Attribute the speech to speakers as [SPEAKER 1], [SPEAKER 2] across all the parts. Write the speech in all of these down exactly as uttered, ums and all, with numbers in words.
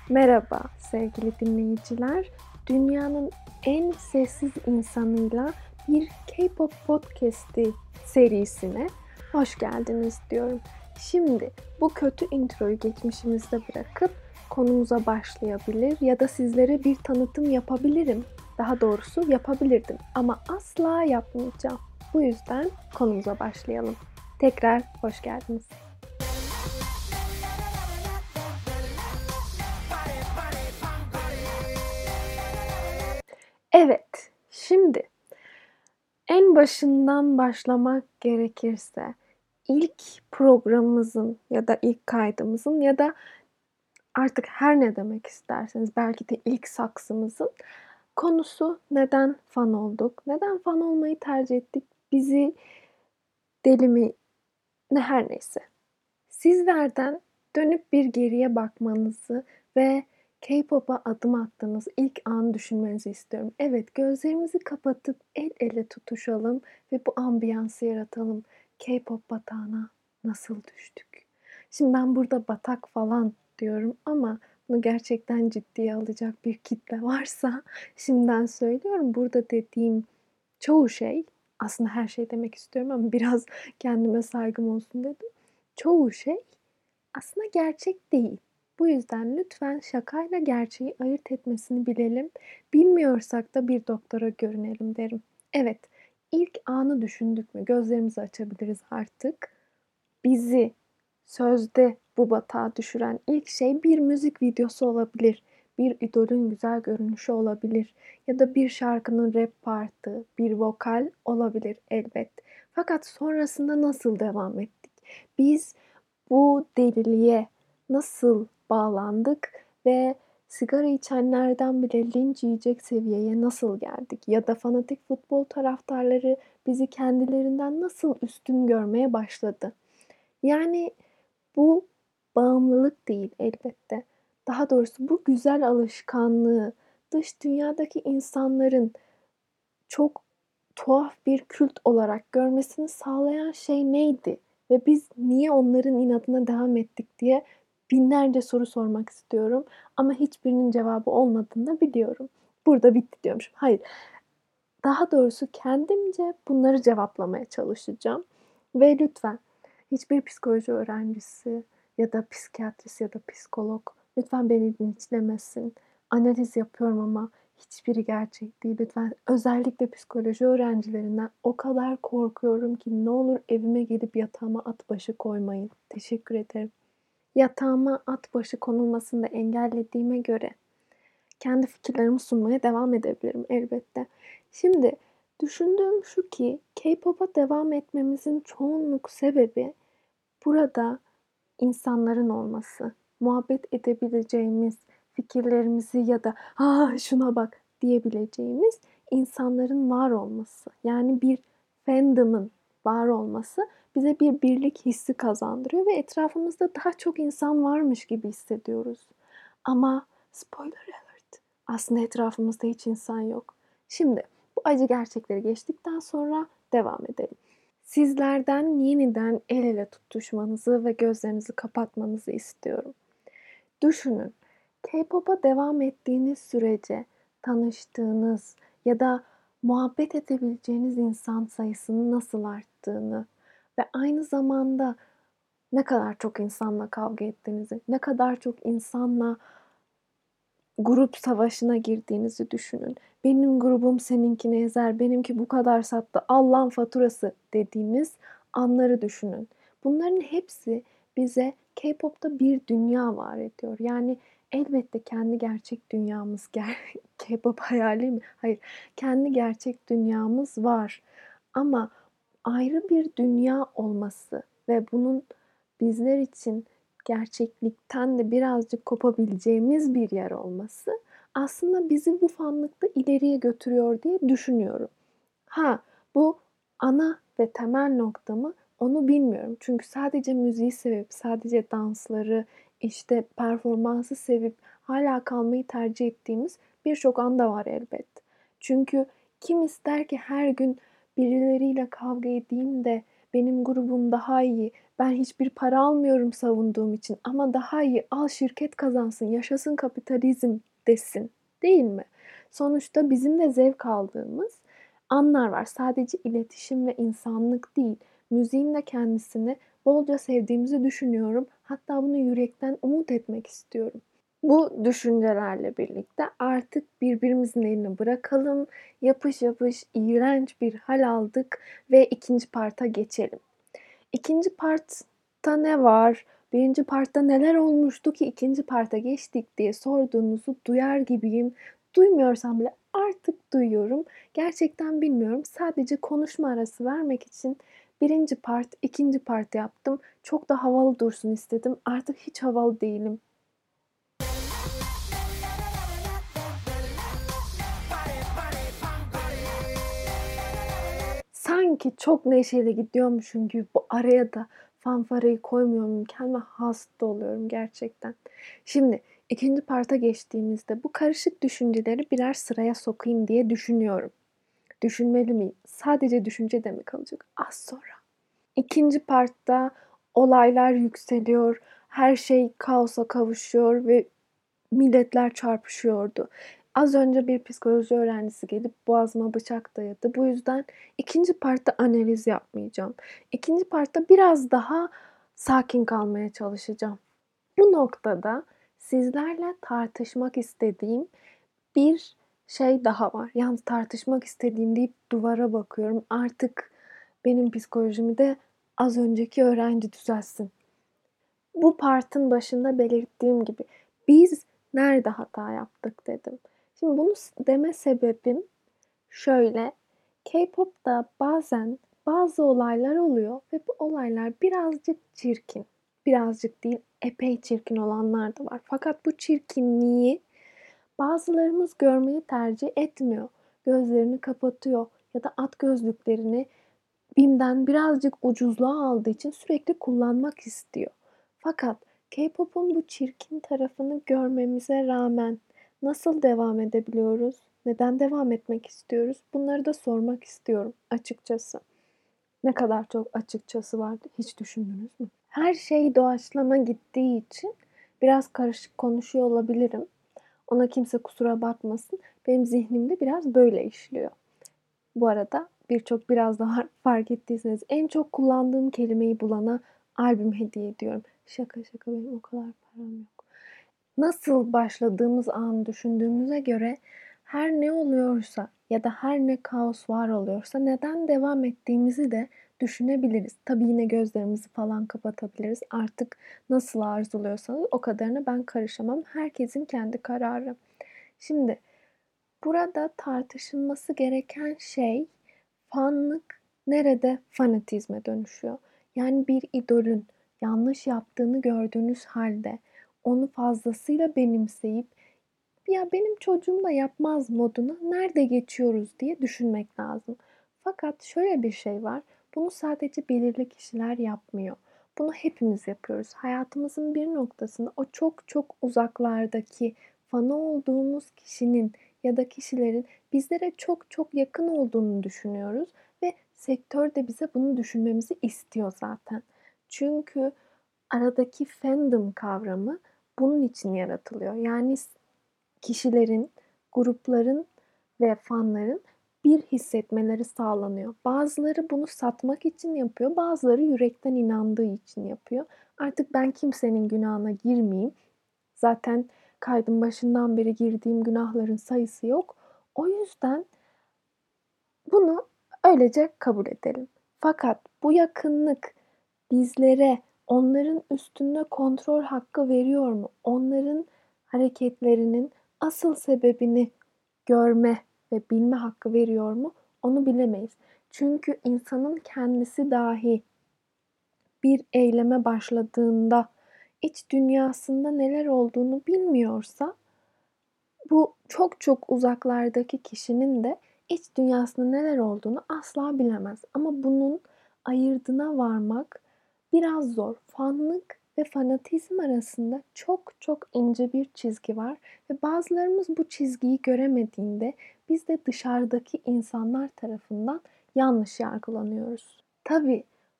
[SPEAKER 1] Merhaba sevgili dinleyiciler. Dünyanın en sessiz insanıyla bir K-pop podcast'i serisine hoş geldiniz diyorum. Şimdi bu kötü introyu geçmişimizde bırakıp konumuza başlayabilir ya da sizlere bir tanıtım yapabilirim. Daha doğrusu yapabilirdim ama asla yapmayacağım. Bu yüzden konumuza başlayalım. Tekrar hoş geldiniz. Evet, şimdi en başından başlamak gerekirse ilk programımızın ya da ilk kaydımızın ya da artık her ne demek isterseniz belki de ilk saksımızın konusu neden fan olduk? Neden fan olmayı tercih ettik? Bizi deli mi? Ne her neyse. Sizlerden dönüp bir geriye bakmanızı ve K-pop'a adım attığınız ilk anı düşünmenizi istiyorum. Evet, gözlerimizi kapatıp el ele tutuşalım ve bu ambiyansı yaratalım. K-pop batağına nasıl düştük? Şimdi ben burada batak falan diyorum ama bunu gerçekten ciddiye alacak bir kitle varsa şimdiden söylüyorum. Burada dediğim çoğu şey, aslında her şey demek istiyorum ama biraz kendime saygım olsun dedim. Çoğu şey aslında gerçek değil. Bu yüzden lütfen şakayla gerçeği ayırt etmesini bilelim. Bilmiyorsak da bir doktora görünelim derim. Evet, ilk anı düşündük mü? Gözlerimizi açabiliriz artık. Bizi sözde bu batağa düşüren ilk şey bir müzik videosu olabilir. Bir idolün güzel görünüşü olabilir. Ya da bir şarkının rap partı, bir vokal olabilir elbet. Fakat sonrasında nasıl devam ettik? Biz bu deliliğe nasıl bağlandık ve sigara içenlerden bile linç yiyecek seviyeye nasıl geldik? Ya da fanatik futbol taraftarları bizi kendilerinden nasıl üstün görmeye başladı? Yani bu bağımlılık değil elbette. Daha doğrusu bu güzel alışkanlığı dış dünyadaki insanların çok tuhaf bir kült olarak görmesini sağlayan şey neydi? Ve biz niye onların inadına devam ettik diye binlerce soru sormak istiyorum. Ama hiçbirinin cevabı olmadığını da biliyorum. Burada bitti diyormuşum. Hayır. Daha doğrusu kendimce bunları cevaplamaya çalışacağım. Ve lütfen hiçbir psikoloji öğrencisi ya da psikiyatrist ya da psikolog lütfen beni linçlemesin. Analiz yapıyorum ama hiçbiri gerçek değil. Lütfen özellikle psikoloji öğrencilerinden o kadar korkuyorum ki ne olur evime gelip yatağıma at başı koymayın. Teşekkür ederim. Yatağıma at başı konulmasını da engellediğime göre kendi fikirlerimi sunmaya devam edebilirim elbette. Şimdi düşündüğüm şu ki K-pop'a devam etmemizin çoğunluk sebebi burada insanların olması. Muhabbet edebileceğimiz, fikirlerimizi ya da "Ha şuna bak." diyebileceğimiz insanların var olması. Yani bir fandom'ın var olması bize bir birlik hissi kazandırıyor ve etrafımızda daha çok insan varmış gibi hissediyoruz. Ama spoiler alert, aslında etrafımızda hiç insan yok. Şimdi bu acı gerçekleri geçtikten sonra devam edelim. Sizlerden yeniden el ele tutuşmanızı ve gözlerinizi kapatmanızı istiyorum. Düşünün, K-pop'a devam ettiğiniz sürece tanıştığınız ya da muhabbet edebileceğiniz insan sayısının nasıl arttığını ve aynı zamanda ne kadar çok insanla kavga ettiğinizi, ne kadar çok insanla grup savaşına girdiğinizi düşünün. Benim grubum seninkini ezer, benimki bu kadar sattı, Allah'ın faturası dediğiniz anları düşünün. Bunların hepsi bize K-pop'ta bir dünya var ediyor. Yani elbette kendi gerçek dünyamız, ger- K-pop hayali mi? Hayır, kendi gerçek dünyamız var. Ama ayrı bir dünya olması ve bunun bizler için gerçeklikten de birazcık kopabileceğimiz bir yer olması aslında bizi bu fanlıkta ileriye götürüyor diye düşünüyorum. Ha, bu ana ve temel nokta mı onu bilmiyorum. Çünkü sadece müziği sevip, sadece dansları, işte performansı sevip hala kalmayı tercih ettiğimiz birçok an da var elbet. Çünkü kim ister ki her gün birileriyle kavga edeyim de benim grubum daha iyi, ben hiçbir para almıyorum savunduğum için ama daha iyi, al şirket kazansın, yaşasın kapitalizm desin, değil mi? Sonuçta bizim de zevk aldığımız anlar var. Sadece iletişim ve insanlık değil, müziğin de kendisini bolca sevdiğimizi düşünüyorum. Hatta bunu yürekten umut etmek istiyorum. Bu düşüncelerle birlikte artık birbirimizin elini bırakalım, yapış yapış iğrenç bir hal aldık ve ikinci parta geçelim. İkinci partta ne var? Birinci partta neler olmuştu ki ikinci parta geçtik diye sorduğunuzu duyar gibiyim. Duymuyorsam bile artık duyuyorum. Gerçekten bilmiyorum. Sadece konuşma arası vermek için birinci part, ikinci part yaptım. Çok da havalı dursun istedim. Artık hiç havalı değilim. Sanki çok neşeli gidiyormuşum gibi bu araya da fanfarayı koymuyorum. Kendime hasta oluyorum gerçekten. Şimdi ikinci parta geçtiğimizde bu karışık düşünceleri birer sıraya sokayım diye düşünüyorum. Düşünmeli miyim? Sadece düşünce de mi kalacak? Az sonra. İkinci partta olaylar yükseliyor, her şey kaosa kavuşuyor ve milletler çarpışıyordu. Az önce bir psikoloji öğrencisi gelip boğazıma bıçak dayadı. Bu yüzden ikinci partta analiz yapmayacağım. İkinci partta biraz daha sakin kalmaya çalışacağım. Bu noktada sizlerle tartışmak istediğim bir şey daha var. Yalnız tartışmak istediğim deyip duvara bakıyorum. Artık benim psikolojimi de az önceki öğrenci düzelsin. Bu partın başında belirttiğim gibi biz nerede hata yaptık dedim. Şimdi bunu deme sebebim şöyle. K-pop'ta bazen bazı olaylar oluyor ve bu olaylar birazcık çirkin. Birazcık değil, epey çirkin olanlar da var. Fakat bu çirkinliği bazılarımız görmeyi tercih etmiyor. Gözlerini kapatıyor ya da at gözlüklerini BİM'den birazcık ucuzluğa aldığı için sürekli kullanmak istiyor. Fakat K-pop'un bu çirkin tarafını görmemize rağmen nasıl devam edebiliyoruz? Neden devam etmek istiyoruz? Bunları da sormak istiyorum açıkçası. Ne kadar çok açıkçası vardı hiç düşündünüz mü? Her şey doğaçlama gittiği için biraz karışık konuşuyor olabilirim. Ona kimse kusura bakmasın. Benim zihnimde biraz böyle işliyor. Bu arada birçok biraz daha fark ettiyseniz en çok kullandığım kelimeyi bulana albüm hediye ediyorum. Şaka şaka benim o kadar param yok. Nasıl başladığımız anı düşündüğümüze göre her ne oluyorsa ya da her ne kaos var oluyorsa neden devam ettiğimizi de düşünebiliriz. Tabii yine gözlerimizi falan kapatabiliriz. Artık nasıl arzuluyorsanız o kadarına ben karışamam. Herkesin kendi kararı. Şimdi burada tartışılması gereken şey fanlık nerede fanatizme dönüşüyor? Yani bir idolün yanlış yaptığını gördüğünüz halde onu fazlasıyla benimseyip ya benim çocuğum da yapmaz moduna nerede geçiyoruz diye düşünmek lazım. Fakat şöyle bir şey var. Bunu sadece belirli kişiler yapmıyor. Bunu hepimiz yapıyoruz. Hayatımızın bir noktasında o çok çok uzaklardaki fanı olduğumuz kişinin ya da kişilerin bizlere çok çok yakın olduğunu düşünüyoruz ve sektör de bize bunu düşünmemizi istiyor zaten. Çünkü aradaki fandom kavramı bunun için yaratılıyor. Yani kişilerin, grupların ve fanların bir hissetmeleri sağlanıyor. Bazıları bunu satmak için yapıyor, bazıları yürekten inandığı için yapıyor. Artık ben kimsenin günahına girmeyeyim. Zaten kaydın başından beri girdiğim günahların sayısı yok. O yüzden bunu öylece kabul edelim. Fakat bu yakınlık bizlere onların üstünde kontrol hakkı veriyor mu? Onların hareketlerinin asıl sebebini görme ve bilme hakkı veriyor mu? Onu bilemeyiz. Çünkü insanın kendisi dahi bir eyleme başladığında iç dünyasında neler olduğunu bilmiyorsa bu çok çok uzaklardaki kişinin de iç dünyasında neler olduğunu asla bilemez. Ama bunun ayırdına varmak biraz zor. Fanlık ve fanatizm arasında çok çok ince bir çizgi var ve bazılarımız bu çizgiyi göremediğinde biz de dışarıdaki insanlar tarafından yanlış yargılanıyoruz. Tabii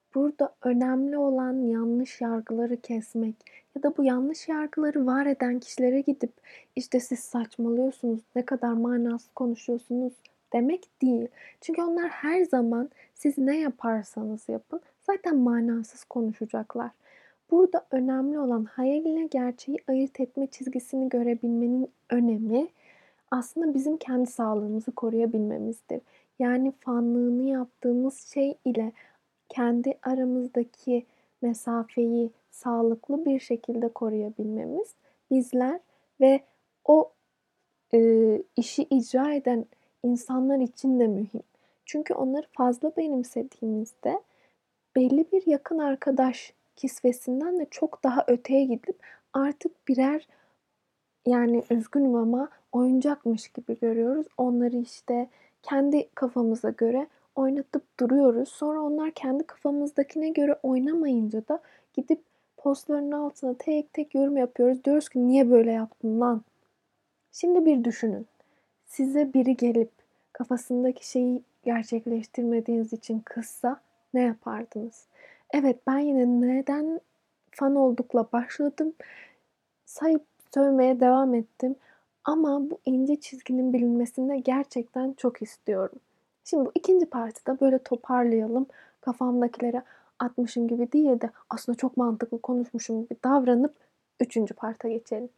[SPEAKER 1] Burada önemli olan yanlış yargıları kesmek ya da bu yanlış yargıları var eden kişilere gidip, işte, "Siz saçmalıyorsunuz, ne kadar manasız konuşuyorsunuz." demek değil. Çünkü onlar her zaman siz ne yaparsanız yapın zaten manasız konuşacaklar. Burada önemli olan hayal ile gerçeği ayırt etme çizgisini görebilmenin önemi aslında bizim kendi sağlığımızı koruyabilmemizdir. Yani fanlığını yaptığımız şey ile kendi aramızdaki mesafeyi sağlıklı bir şekilde koruyabilmemiz bizler ve o, eee, işi icra eden insanlar için de mühim. Çünkü onları fazla benimsediğimizde belli bir yakın arkadaş kisvesinden de çok daha öteye gidip artık birer, yani üzgünüm ama oyuncakmış gibi görüyoruz. Onları, işte, kendi kafamıza göre oynatıp duruyoruz. Sonra onlar kendi kafamızdakine göre oynamayınca da gidip postların altına tek tek yorum yapıyoruz. Diyoruz ki "Niye böyle yaptın lan?" Şimdi bir düşünün. Size biri gelip kafasındaki şeyi gerçekleştirmediğiniz için kızsa ne yapardınız? Evet, ben yine neden fan oldukla başladım. Sayıp sövmeye devam ettim ama bu ince çizginin bilinmesini de gerçekten çok istiyorum. Şimdi bu ikinci partı da böyle toparlayalım. Kafamdakilere atmışım gibi değil de aslında çok mantıklı konuşmuşum gibi davranıp üçüncü parta geçelim.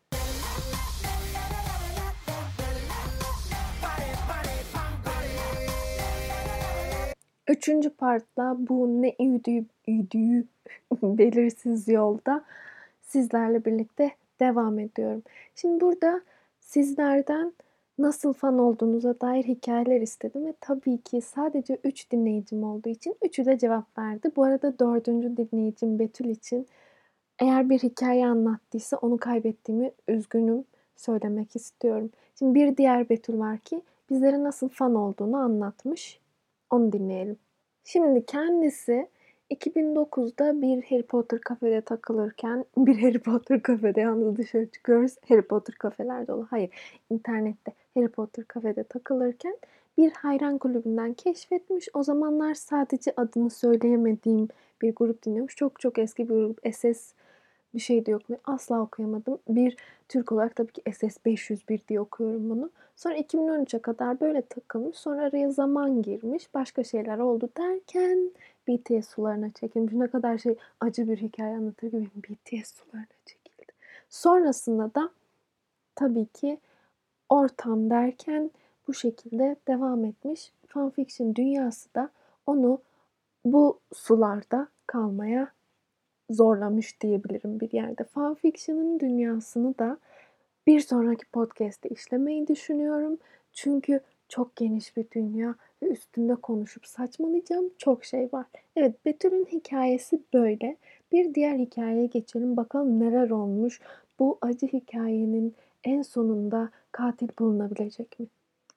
[SPEAKER 1] Üçüncü partla bu ne üdüğü üdüğü belirsiz yolda sizlerle birlikte devam ediyorum. Şimdi burada sizlerden nasıl fan olduğunuza dair hikayeler istedim ve tabii ki sadece üç dinleyicim olduğu için üçü de cevap verdi. Bu arada dördüncü dinleyicim Betül için eğer bir hikaye anlattıysa onu kaybettiğimi üzgünüm söylemek istiyorum. Şimdi bir diğer Betül var ki bizlere nasıl fan olduğunu anlatmış. Onu dinleyelim. Şimdi kendisi iki bin dokuzda bir Harry Potter kafede takılırken, bir Harry Potter kafede yalnız dışarı çıkıyoruz. Harry Potter kafeler dolu. Hayır, internette Harry Potter kafede takılırken bir hayran kulübünden keşfetmiş. O zamanlar sadece adını söyleyemediğim bir grup dinliyormuş. Çok çok eski bir grup. S S bir şey de yok. Asla okuyamadım. Bir Türk olarak tabii ki S S beş yüz bir diye okuyorum bunu. Sonra iki bin on üçe kadar böyle takılmış. Sonra araya zaman girmiş. Başka şeyler oldu derken B T S sularına çekilmiş. Ne kadar şey acı bir hikaye anlatır gibi B T S sularına çekildi. Sonrasında da tabii ki ortam derken bu şekilde devam etmiş. Fanfiction dünyası da onu bu sularda kalmaya zorlamış diyebilirim bir yerde. Fanfiction'ın dünyasını da bir sonraki podcast'te işlemeyi düşünüyorum. Çünkü çok geniş bir dünya ve üstünde konuşup saçmalayacağım çok şey var. Evet, Betül'ün hikayesi böyle. Bir diğer hikayeye geçelim. Bakalım neler olmuş. Bu acı hikayenin en sonunda katil bulunabilecek mi?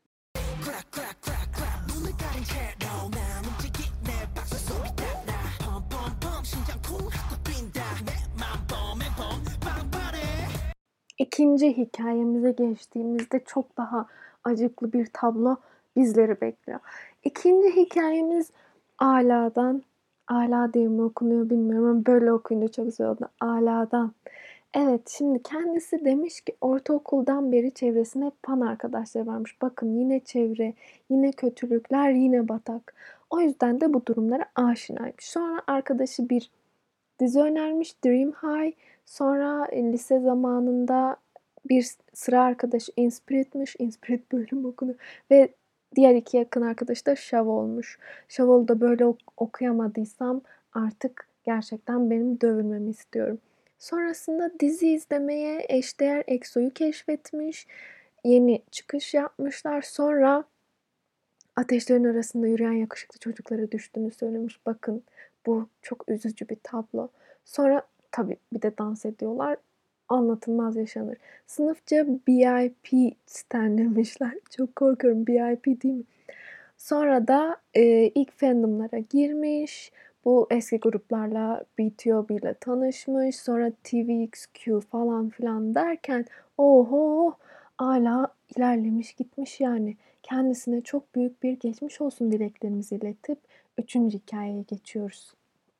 [SPEAKER 1] İkinci hikayemize geçtiğimizde çok daha acıklı bir tablo bizleri bekliyor. İkinci hikayemiz Ala'dan, Ala diye mi okunuyor bilmiyorum ama böyle okuyunca çok güzel oldu. Ala'dan. Evet, şimdi kendisi demiş ki ortaokuldan beri çevresinde hep fan arkadaşları varmış. Bakın yine çevre, yine kötülükler, yine batak. O yüzden de bu durumlara aşinaymış. Sonra arkadaşı bir dizi önermiş Dream High. Sonra e, lise zamanında bir sıra arkadaşı Inspirit'miş. Inspirit bölüm okunuyor. Ve diğer iki yakın arkadaşı da Şav olmuş. Şav'ı da böyle ok- okuyamadıysam artık gerçekten benim dövülmemi istiyorum. Sonrasında dizi izlemeye eşdeğer EXO'yu keşfetmiş. Yeni çıkış yapmışlar. Sonra ateşlerin arasında yürüyen yakışıklı çocuklara düştüğünü söylemiş. Bakın bu çok üzücü bir tablo. Sonra tabii bir de dans ediyorlar. Anlatılmaz yaşanır. Sınıfça B I P stenlemişler. Çok korkuyorum. B I P değil mi? Sonra da e, ilk fandomlara girmiş. Bu eski gruplarla B T O B ile tanışmış. Sonra T V X Q falan filan derken oho hala ilerlemiş gitmiş yani. Kendisine çok büyük bir geçmiş olsun dileklerimizi iletip üçüncü hikayeye geçiyoruz.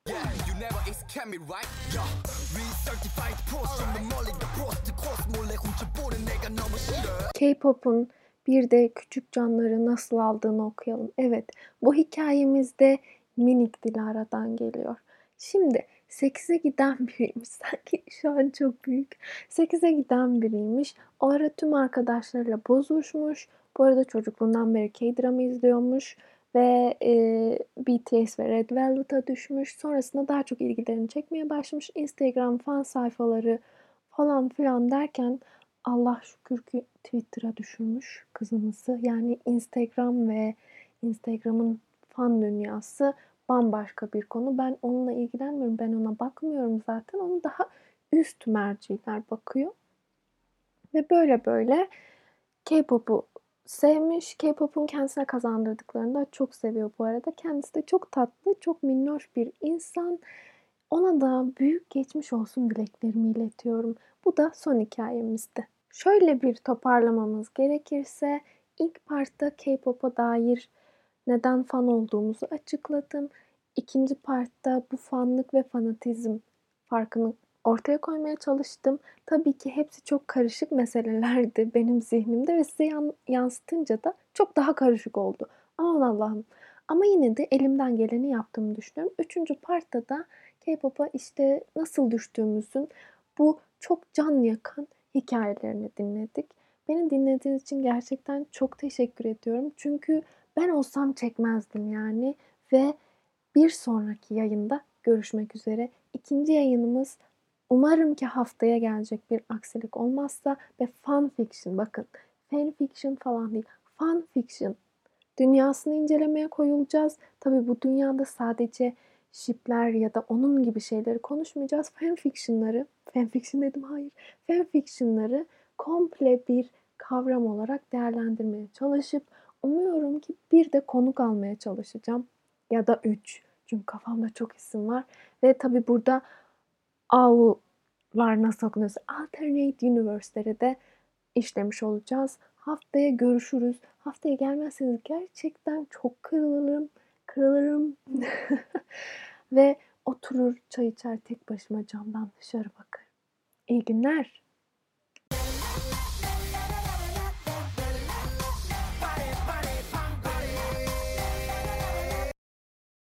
[SPEAKER 1] K-pop'un bir de küçük canları nasıl aldığını okuyalım. Evet, bu hikayemizde minik Dilara'dan geliyor. Şimdi sekize giden biriymiş. Sanki şu an çok büyük. sekize giden biriymiş. O ara tüm arkadaşlarıyla bozuşmuş. Bu arada çocukluğundan beri K-drama izliyormuş ve e, B T S ve Red Velvet'a düşmüş. Sonrasında daha çok ilgilerini çekmeye başlamış. Instagram fan sayfaları falan filan derken Allah şükür ki Twitter'a düşürmüş kızımızı. Yani Instagram ve Instagram'ın fan dünyası bambaşka bir konu. Ben onunla ilgilenmiyorum. Ben ona bakmıyorum zaten. Onu daha üst merciler bakıyor. Ve böyle böyle K-pop'u sevmiş. K-pop'un kendisine kazandırdıklarını da çok seviyor bu arada. Kendisi de çok tatlı, çok minnoş bir insan. Ona da büyük geçmiş olsun dileklerimi iletiyorum. Bu da son hikayemizdi. Şöyle bir toparlamamız gerekirse ilk partta K-pop'a dair neden fan olduğumuzu açıkladım. İkinci partta bu fanlık ve fanatizm farkını ortaya koymaya çalıştım. Tabii ki hepsi çok karışık meselelerdi benim zihnimde ve size yansıtınca da çok daha karışık oldu. Aman Allah'ım. Ama yine de elimden geleni yaptığımı düşünüyorum. Üçüncü partta da K-pop'a işte nasıl düştüğümüzün bu çok can yakan hikayelerini dinledik. Beni dinlediğiniz için gerçekten çok teşekkür ediyorum. Çünkü ben olsam çekmezdim yani ve bir sonraki yayında görüşmek üzere. İkinci yayınımız umarım ki haftaya gelecek bir aksilik olmazsa ve fan fiction, bakın fan fiction falan değil, fan fiction dünyasını incelemeye koyulacağız. Tabii bu dünyada sadece shipler ya da onun gibi şeyleri konuşmayacağız. Fanfiction'ları, fanfiction dedim hayır, fanfiction'ları komple bir kavram olarak değerlendirmeye çalışıp umuyorum ki bir de konuk almaya çalışacağım. Ya da üç. Çünkü kafamda çok isim var. Ve tabii burada A U'lar nasıl okunuyorsa Alternate Universe'leri de işlemiş olacağız. Haftaya görüşürüz. Haftaya gelmezseniz gerçekten çok kırılırım. Kırılırım. Ve oturur çay içer tek başıma camdan dışarı bakarım. İyi günler.